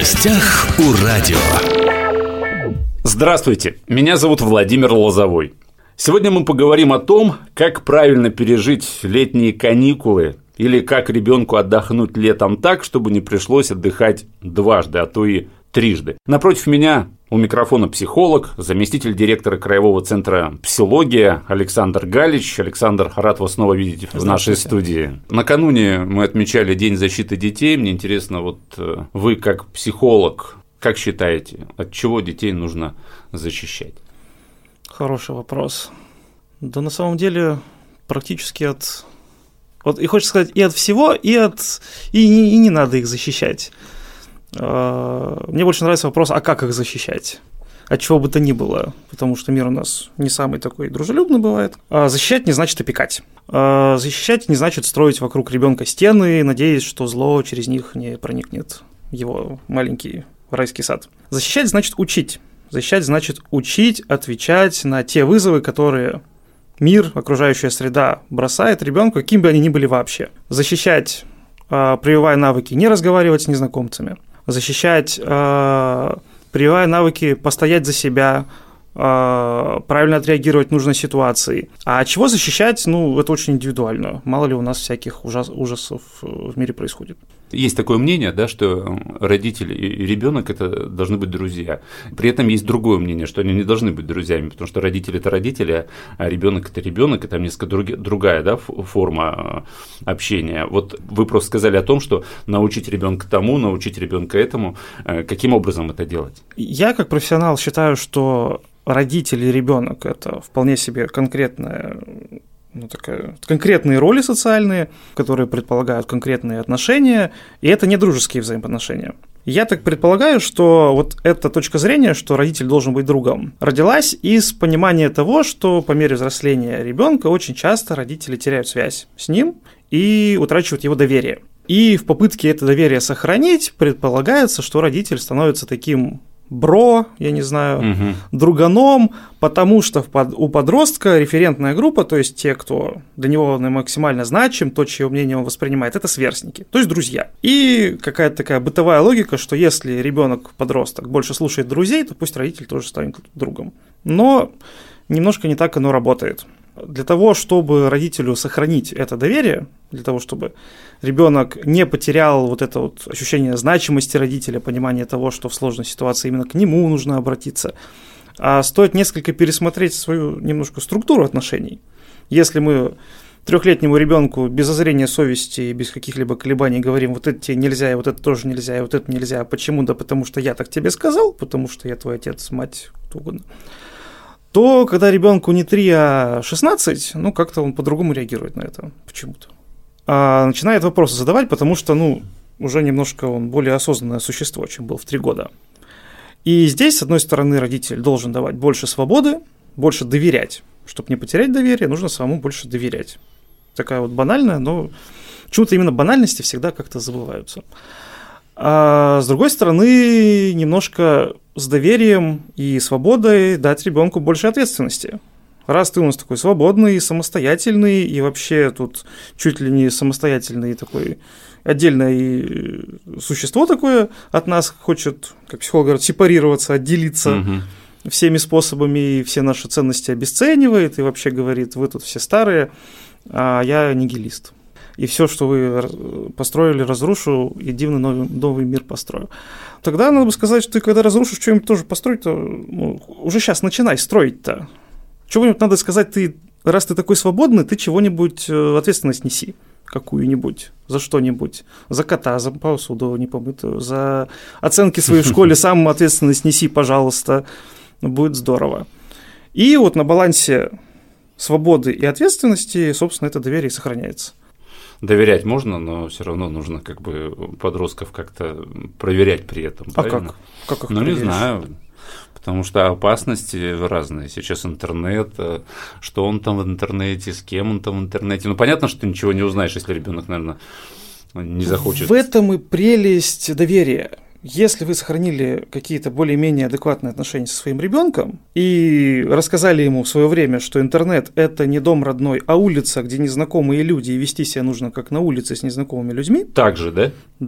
гостях у радио. Здравствуйте, меня зовут Владимир Лозовой. Сегодня мы поговорим о том, как правильно пережить летние каникулы или как ребенку отдохнуть летом так, чтобы не пришлось отдыхать дважды, а то и трижды. Напротив меня у микрофона психолог, заместитель директора Краевого центра «Псилогия» Александр Галич. Александр, рад вас снова видеть в нашей студии. Накануне мы отмечали День защиты детей. Мне интересно, вот вы как психолог, как считаете, от чего детей нужно защищать? Хороший вопрос. Да на самом деле практически от... Вот и хочется сказать, и от всего, и не надо их защищать. Мне больше нравится вопрос, а как их защищать? От чего бы то ни было, потому что мир у нас не самый такой дружелюбный бывает. Защищать не значит опекать. Защищать не значит строить вокруг ребенка стены, надеясь, что зло через них не проникнет в его маленький райский сад. Защищать значит учить. Защищать значит учить отвечать на те вызовы, которые мир, окружающая среда бросает ребенку, каким бы они ни были вообще. Защищать, прививая навыки не разговаривать с незнакомцами. Защищать, прививая навыки постоять за себя, правильно отреагировать в нужной ситуации. А от чего защищать, это очень индивидуально. Мало ли у нас всяких ужасов в мире происходит. Есть такое мнение, да, что родители и ребенок это должны быть друзья. При этом есть другое мнение, что они не должны быть друзьями, потому что родители это родители, а ребенок это ребенок, и там несколько другая, да, форма общения. Вот вы просто сказали о том, что научить ребенка тому, научить ребенка этому. Каким образом это делать? Я как профессионал считаю, что родитель и ребенок это вполне себе конкретные роли социальные, которые предполагают конкретные отношения, и это не дружеские взаимоотношения. Я так предполагаю, что вот эта точка зрения, что родитель должен быть другом, родилась из понимания того, что по мере взросления ребенка очень часто родители теряют связь с ним и утрачивают его доверие. И в попытке это доверие сохранить предполагается, что родитель становится таким друганом, потому что у подростка референтная группа, то есть те, кто для него максимально значим, то, чье мнение он воспринимает, это сверстники, то есть друзья. И какая-то такая бытовая логика, что если ребенок-подросток больше слушает друзей, то пусть родитель тоже станет другом. Но немножко не так оно работает. Для того, чтобы родителю сохранить это доверие, для того, чтобы ребенок не потерял вот это вот ощущение значимости родителя, понимание того, что в сложной ситуации именно к нему нужно обратиться, стоит несколько пересмотреть свою немножко структуру отношений. Если мы 3-летнему ребенку без зазрения совести, без каких-либо колебаний говорим, вот это тебе нельзя, и вот это тоже нельзя, и вот это нельзя, почему? Да потому что я так тебе сказал, потому что я твой отец, мать, кто угодно. То, когда ребенку не 3, а 16, как-то он по-другому реагирует на это почему-то. Начинает вопросы задавать, потому что, уже немножко он более осознанное существо, чем был в 3 года. И здесь, с одной стороны, родитель должен давать больше свободы, больше доверять. Чтобы не потерять доверие, нужно самому больше доверять. Такая вот банальная, но почему-то именно банальности всегда как-то забываются. А с другой стороны, немножко с доверием и свободой дать ребенку больше ответственности. Раз ты у нас такой свободный, самостоятельный, и вообще тут чуть ли не самостоятельный такой отдельное существо такое от нас хочет, как психолог говорит, сепарироваться, отделиться всеми способами, и все наши ценности обесценивает, и вообще говорит, вы тут все старые, а я нигилист. И все, что вы построили, разрушу, и дивный новый мир построю. Тогда надо бы сказать, что ты, когда разрушишь что-нибудь тоже построить, то уже сейчас начинай строить-то. Чего-нибудь надо сказать, раз ты такой свободный, ты чего-нибудь ответственность неси какую-нибудь, за что-нибудь, за кота, за посуду непомытую, за оценки своей в школе сам ответственность неси, пожалуйста, будет здорово. И вот на балансе свободы и ответственности, собственно, это доверие сохраняется. Доверять можно, но все равно нужно подростков как-то проверять при этом. Правильно? Как их проверишь? Не знаю. Потому что опасности разные. Сейчас интернет, что он там в интернете, с кем он там в интернете. Понятно, что ты ничего не узнаешь, если ребенок, наверное, не захочет. В этом и прелесть доверия. Если вы сохранили какие-то более-менее адекватные отношения со своим ребенком и рассказали ему в свое время, что интернет – это не дом родной, а улица, где незнакомые люди, и вести себя нужно как на улице с незнакомыми людьми. Так же, да? Да.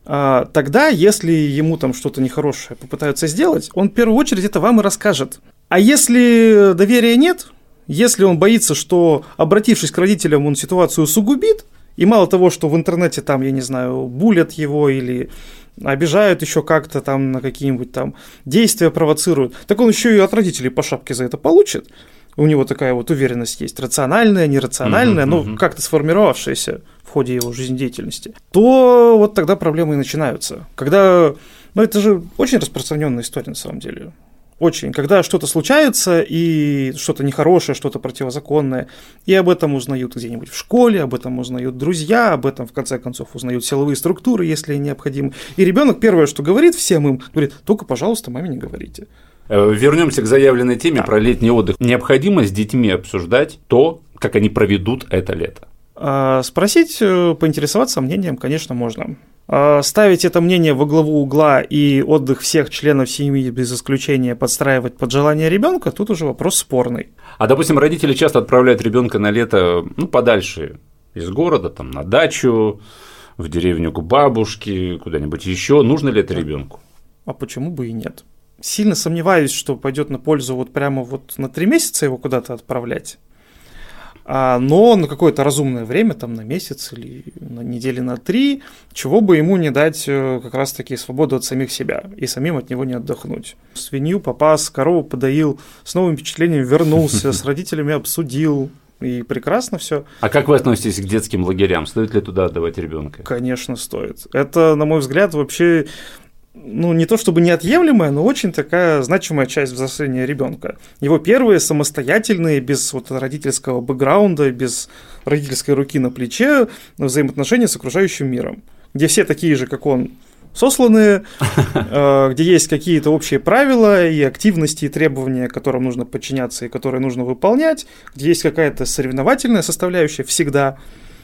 тогда, если ему там что-то нехорошее попытаются сделать, он в первую очередь это вам и расскажет. А если доверия нет, если он боится, что, обратившись к родителям, он ситуацию усугубит, и мало того, что в интернете там, я не знаю, булят его или обижают еще как-то там на какие-нибудь там действия провоцируют, так он еще и от родителей по шапке за это получит. У него такая вот уверенность есть, рациональная, нерациональная, но как-то сформировавшаяся в ходе его жизнедеятельности, то вот тогда проблемы и начинаются. Когда, это же очень распространенная история на самом деле. Очень. Когда что-то случается, и что-то нехорошее, что-то противозаконное, и об этом узнают где-нибудь в школе, об этом узнают друзья, об этом, в конце концов, узнают силовые структуры, если необходимо. И ребенок первое, что говорит всем им, говорит: только, пожалуйста, маме не говорите. Вернемся к заявленной теме про летний отдых. Необходимо с детьми обсуждать то, как они проведут это лето. Спросить, поинтересоваться мнением, конечно, можно. Ставить это мнение во главу угла и отдых всех членов семьи без исключения подстраивать под желание ребенка, тут уже вопрос спорный. А, допустим, родители часто отправляют ребенка на лето подальше из города, там, на дачу, в деревню к бабушке, куда-нибудь еще. Нужно ли это ребенку? А почему бы и нет? Сильно сомневаюсь, что пойдет на пользу вот прямо вот на 3 месяца его куда-то отправлять. Но на какое-то разумное время, там на месяц или на недели на 3, чего бы ему не дать как раз-таки свободу от самих себя и самим от него не отдохнуть. Свинью попас, корову подоил, с новым впечатлением вернулся, с родителями обсудил, и прекрасно все. А как вы относитесь к детским лагерям? Стоит ли туда отдавать ребенка? Конечно, стоит. Это, на мой взгляд, вообще... не то чтобы неотъемлемая, но очень такая значимая часть взросления ребенка. Его первые самостоятельные, без вот родительского бэкграунда, без родительской руки на плече взаимоотношения с окружающим миром, где все такие же, как он, сосланные, где есть какие-то общие правила и активности, и требования, которым нужно подчиняться и которые нужно выполнять, где есть какая-то соревновательная составляющая всегда.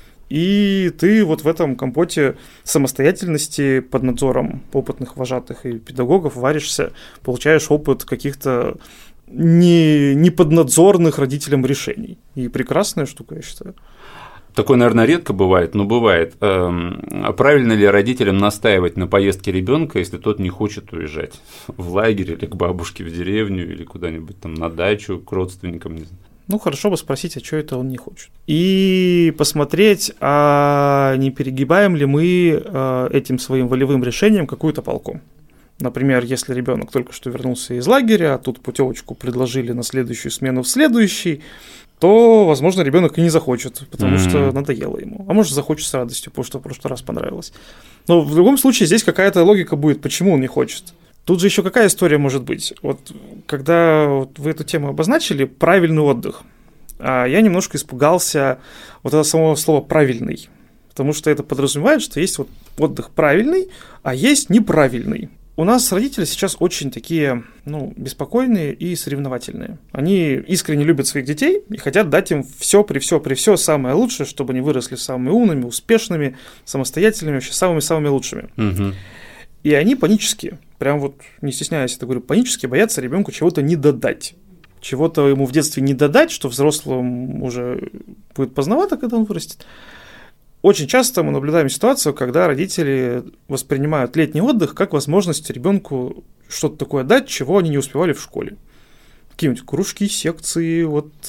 И ты вот в этом компоте самостоятельности под надзором опытных вожатых и педагогов варишься, получаешь опыт каких-то неподнадзорных родителям решений. И прекрасная штука, я считаю. Такое, наверное, редко бывает, но бывает. Правильно ли родителям настаивать на поездке ребенка, если тот не хочет уезжать в лагерь или к бабушке в деревню или куда-нибудь там на дачу к родственникам, не знаю? Хорошо бы спросить, а что это он не хочет. И посмотреть, а не перегибаем ли мы этим своим волевым решением какую-то палку. Например, если ребенок только что вернулся из лагеря, а тут путевочку предложили на следующую смену в следующий, то, возможно, ребенок и не захочет, потому что надоело ему. А может, захочет с радостью, потому что в прошлый раз понравилось. Но в любом случае здесь какая-то логика будет, почему он не хочет. Тут же еще какая история может быть? Вот когда вы эту тему обозначили, правильный отдых, я немножко испугался вот этого самого слова «правильный», потому что это подразумевает, что есть вот отдых правильный, а есть неправильный. У нас родители сейчас очень такие, беспокойные и соревновательные. Они искренне любят своих детей и хотят дать им все при все самое лучшее, чтобы они выросли самыми умными, успешными, самостоятельными, вообще самыми-самыми лучшими. Угу. И они панически, прям вот не стесняясь это говорю, панически боятся ребенку чего-то не додать. Чего-то ему в детстве не додать, что взрослым уже будет поздновато, когда он вырастет. Очень часто мы наблюдаем ситуацию, когда родители воспринимают летний отдых как возможность ребенку что-то такое дать, чего они не успевали в школе. Какие-нибудь кружки, секции,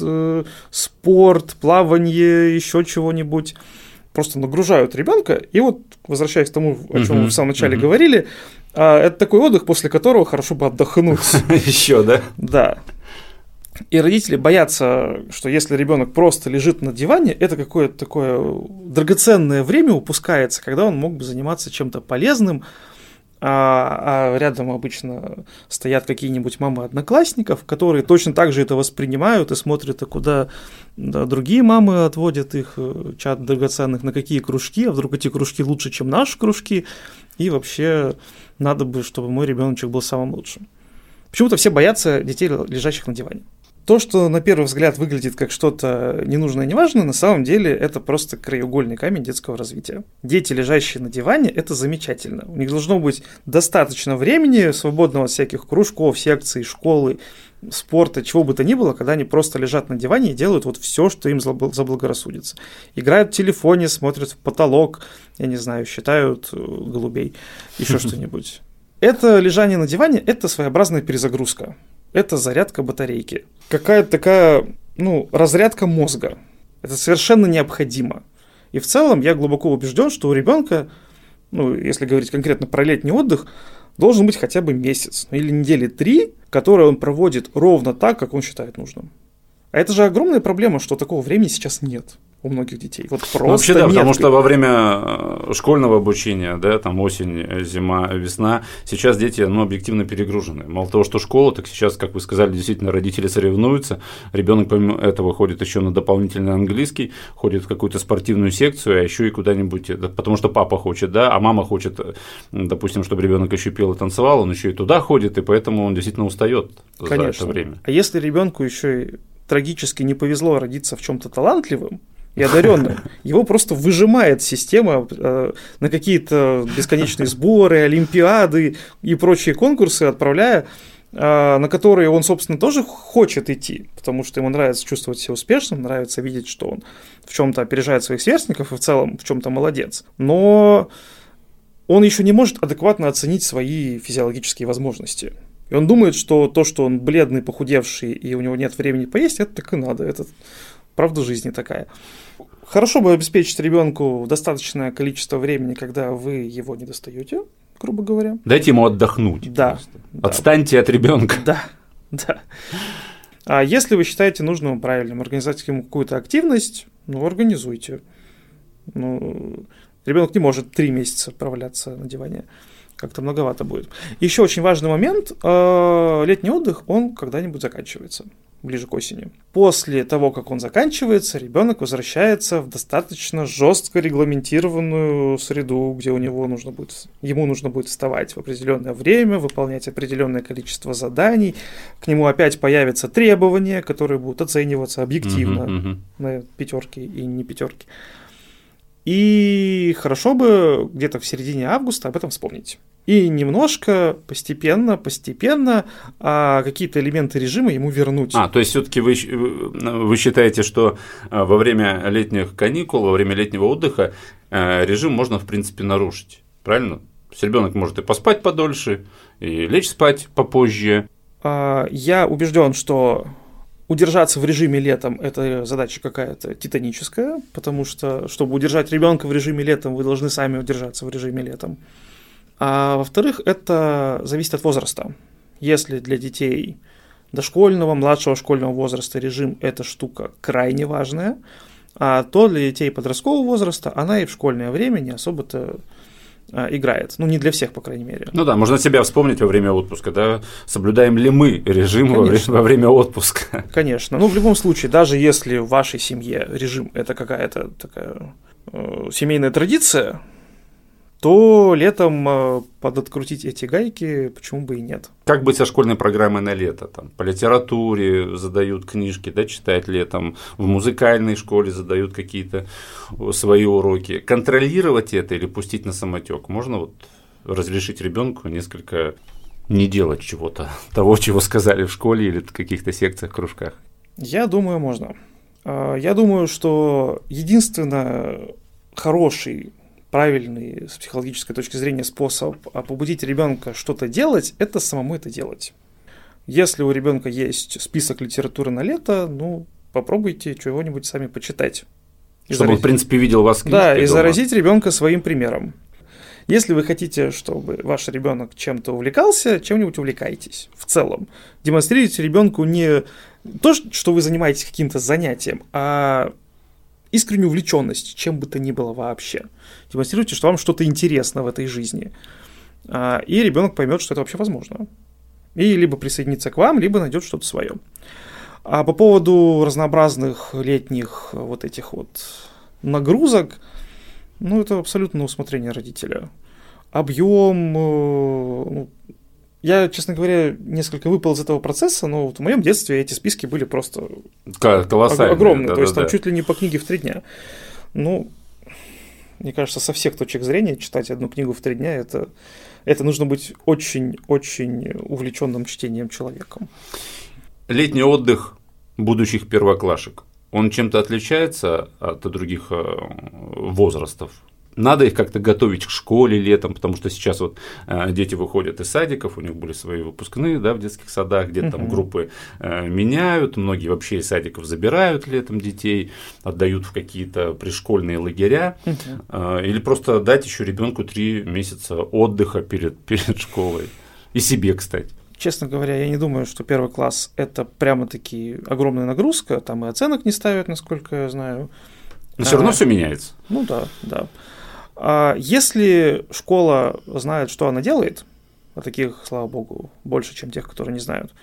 спорт, плавание, еще чего-нибудь. Просто нагружают ребенка, и возвращаясь к тому, о чем мы в самом начале говорили, это такой отдых, после которого хорошо бы отдохнуть. Еще, да? Да. И родители боятся, что если ребенок просто лежит на диване, это какое-то такое драгоценное время упускается, когда он мог бы заниматься чем-то полезным, а рядом обычно стоят какие-нибудь мамы одноклассников, которые точно так же это воспринимают и смотрят, куда другие мамы отводят их чат драгоценных, на какие кружки, а вдруг эти кружки лучше, чем наши кружки, и вообще надо бы, чтобы мой ребеночек был самым лучшим. Почему-то все боятся детей, лежащих на диване. То, что на первый взгляд выглядит как что-то ненужное и неважное, на самом деле это просто краеугольный камень детского развития. Дети, лежащие на диване, это замечательно. У них должно быть достаточно времени, свободного от всяких кружков, секций, школы, спорта, чего бы то ни было, когда они просто лежат на диване и делают вот все, что им заблагорассудится. Играют в телефоне, смотрят в потолок, я не знаю, считают голубей, еще что-нибудь. Это лежание на диване – это своеобразная перезагрузка. Это зарядка батарейки. Какая-то такая, разрядка мозга. Это совершенно необходимо. И в целом я глубоко убежден, что у ребенка, если говорить конкретно про летний отдых, должен быть хотя бы месяц или недели 3, которые он проводит ровно так, как он считает нужным. А это же огромная проблема, что такого времени сейчас нет у многих детей. Вот просто вообще, да, нет. потому что во время школьного обучения, да, там осень, зима, весна, сейчас дети, объективно перегружены. Мало того, что школа, так сейчас, как вы сказали, действительно родители соревнуются, ребенок помимо этого ходит еще на дополнительный английский, ходит в какую-то спортивную секцию, а еще и куда-нибудь, потому что папа хочет, да, а мама хочет, допустим, чтобы ребенок еще пел и танцевал, он еще и туда ходит, и поэтому он действительно устает за это время. А если ребенку еще и трагически не повезло родиться в чем-то талантливым и одаренным, его просто выжимает система на какие-то бесконечные сборы, олимпиады и прочие конкурсы, отправляя, на которые он, собственно, тоже хочет идти, потому что ему нравится чувствовать себя успешным, нравится видеть, что он в чем-то опережает своих сверстников и в целом в чем-то молодец. Но он еще не может адекватно оценить свои физиологические возможности. И он думает, что то, что он бледный, похудевший, и у него нет времени поесть, это так и надо. Это правда жизни такая. Хорошо бы обеспечить ребенку достаточное количество времени, когда вы его не достаете, грубо говоря. Дайте ему отдохнуть. Да. Отстаньте от ребенка. Да. А если вы считаете нужным и правильным организовать ему какую-то активность, организуйте. Ребенок не может 3 месяца проваляться на диване. Как-то многовато будет. Еще очень важный момент. Летний отдых, он когда-нибудь заканчивается, ближе к осени. После того, как он заканчивается, ребенок возвращается в достаточно жестко регламентированную среду, где ему нужно будет вставать в определенное время, выполнять определенное количество заданий. К нему опять появятся требования, которые будут оцениваться объективно на 5 и не 5. И хорошо бы где-то в середине августа об этом вспомнить. И немножко, постепенно какие-то элементы режима ему вернуть. То есть все-таки вы считаете, что во время летних каникул, во время летнего отдыха режим можно, в принципе, нарушить, правильно? Ребенок может и поспать подольше, и лечь спать попозже. Я убежден, что удержаться в режиме летом – это задача какая-то титаническая, потому что, чтобы удержать ребенка в режиме летом, вы должны сами удержаться в режиме летом. А во-вторых, это зависит от возраста. Если для детей дошкольного, младшего школьного возраста режим – это штука крайне важная, то для детей подросткового возраста она и в школьное время не особо-то играет. Не для всех, по крайней мере. Можно себя вспомнить во время отпуска, да? Соблюдаем ли мы режим во время отпуска? Конечно. В любом случае, даже если в вашей семье режим – это какая-то такая семейная традиция, то летом подоткрутить эти гайки почему бы и нет. Как быть со школьной программой на лето? По литературе задают книжки, да, читать летом, в музыкальной школе задают какие-то свои уроки. Контролировать это или пустить на самотек? Можно разрешить ребенку несколько не делать чего-то, того, чего сказали в школе или в каких-то секциях, кружках? Я думаю, можно. Я думаю, что единственно хороший, правильный с психологической точки зрения способ побудить ребенка что-то делать, это самому это делать. Если у ребенка есть список литературы на лето, попробуйте чего-нибудь сами почитать. Чтобы он, в принципе, видел вас книжкой. Да, и заразить ребенка своим примером. Если вы хотите, чтобы ваш ребенок чем-то увлекался, чем-нибудь увлекайтесь в целом. Демонстрируйте ребенку не то, что вы занимаетесь каким-то занятием, а искреннюю увлеченность, чем бы то ни было вообще. Демонстрируйте, что вам что-то интересно в этой жизни. И ребенок поймет, что это вообще возможно. И либо присоединится к вам, либо найдет что-то свое. А по поводу разнообразных летних этих нагрузок, это абсолютно на усмотрение родителя. Объем, Я, честно говоря, несколько выпал из этого процесса, но вот в моем детстве эти списки были просто колоссальные, огромные, то есть там чуть ли не по книге в 3 дня. Ну, мне кажется, со всех точек зрения читать одну книгу в 3 дня это нужно быть очень-очень увлеченным чтением человеком. Летний отдых будущих первоклашек, он чем-то отличается от других возрастов? Надо их как-то готовить к школе летом, потому что сейчас вот дети выходят из садиков, у них были свои выпускные, да, в детских садах, где-то там группы меняют, многие вообще из садиков забирают летом детей, отдают в какие-то пришкольные лагеря, или просто дать еще ребенку 3 месяца отдыха перед школой. И себе, кстати. Честно говоря, я не думаю, что 1 класс – это прямо-таки огромная нагрузка, там и оценок не ставят, насколько я знаю. Но все равно все меняется. Ну да. Если школа знает, что она делает, а таких, слава богу, больше, чем тех, которые не знают,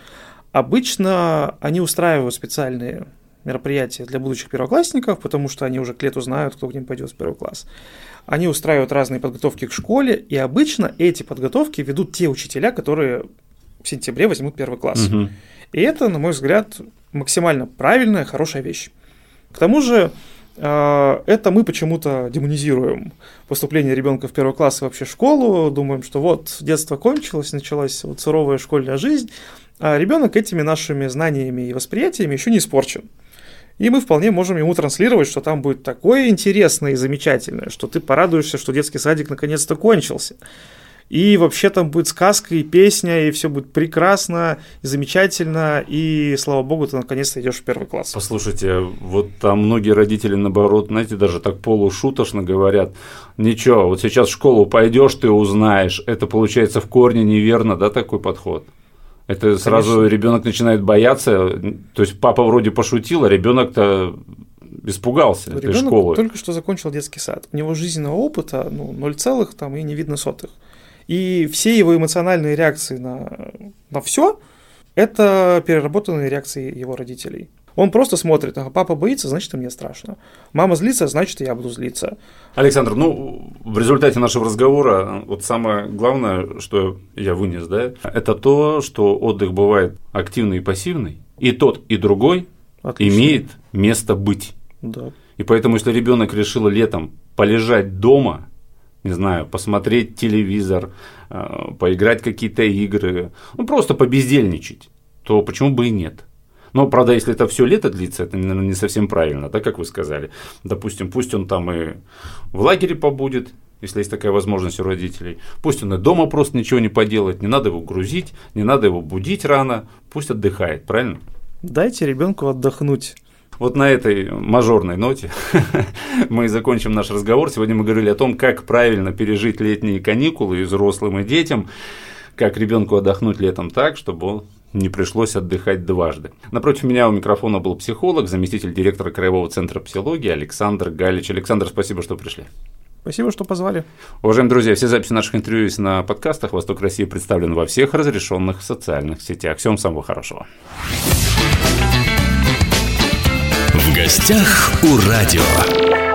обычно они устраивают специальные мероприятия для будущих первоклассников, потому что они уже к лету знают, кто к ним пойдет в 1 класс. Они устраивают разные подготовки к школе, и обычно эти подготовки ведут те учителя, которые в сентябре возьмут 1 класс. И это, на мой взгляд, максимально правильная, хорошая вещь. К тому же, это мы почему-то демонизируем поступление ребенка в 1 класс и вообще в школу, думаем, что вот детство кончилось, началась вот суровая школьная жизнь, а ребенок этими нашими знаниями и восприятиями еще не испорчен. И мы вполне можем ему транслировать, что там будет такое интересное и замечательное, что ты порадуешься, что детский садик наконец-то кончился. И вообще там будет сказка и песня, и все будет прекрасно, и замечательно, и, слава богу, ты наконец-то идешь в 1 класс. Послушайте, вот там многие родители, наоборот, знаете, даже так полушуточно говорят: ничего, вот сейчас в школу пойдешь, ты узнаешь. Это получается в корне неверно, да, такой подход? Это сразу ребенок начинает бояться, то есть папа вроде пошутил, а ребенок-то испугался этой школы. Только что закончил детский сад, у него жизненного опыта 0, там и не видно сотых. И все его эмоциональные реакции на все – это переработанные реакции его родителей. Он просто смотрит: ага, папа боится, значит, и мне страшно. Мама злится, значит, и я буду злиться. Александр, в результате нашего разговора вот самое главное, что я вынес, да, это то, что отдых бывает активный и пассивный, и тот, и другой имеет место быть. Да. И поэтому, если ребенок решил летом полежать дома, не знаю, посмотреть телевизор, поиграть в какие-то игры, просто побездельничать, то почему бы и нет? Но, правда, если это все лето длится, это, наверное, не совсем правильно, да, как вы сказали. Допустим, пусть он там и в лагере побудет, если есть такая возможность у родителей. Пусть он и дома просто ничего не поделает, не надо его грузить, не надо его будить рано, пусть отдыхает, правильно? Дайте ребенку отдохнуть. Вот на этой мажорной ноте мы и закончим наш разговор. Сегодня мы говорили о том, как правильно пережить летние каникулы и взрослым, и детям, как ребенку отдохнуть летом так, чтобы не пришлось отдыхать дважды. Напротив меня у микрофона был психолог, заместитель директора Краевого центра психологии Александр Галич. Александр, спасибо, что пришли. Спасибо, что позвали. Уважаемые друзья, все записи наших интервью есть на подкастах. «Восток России» представлен во всех разрешенных социальных сетях. Всем самого хорошего. В гостях у радио.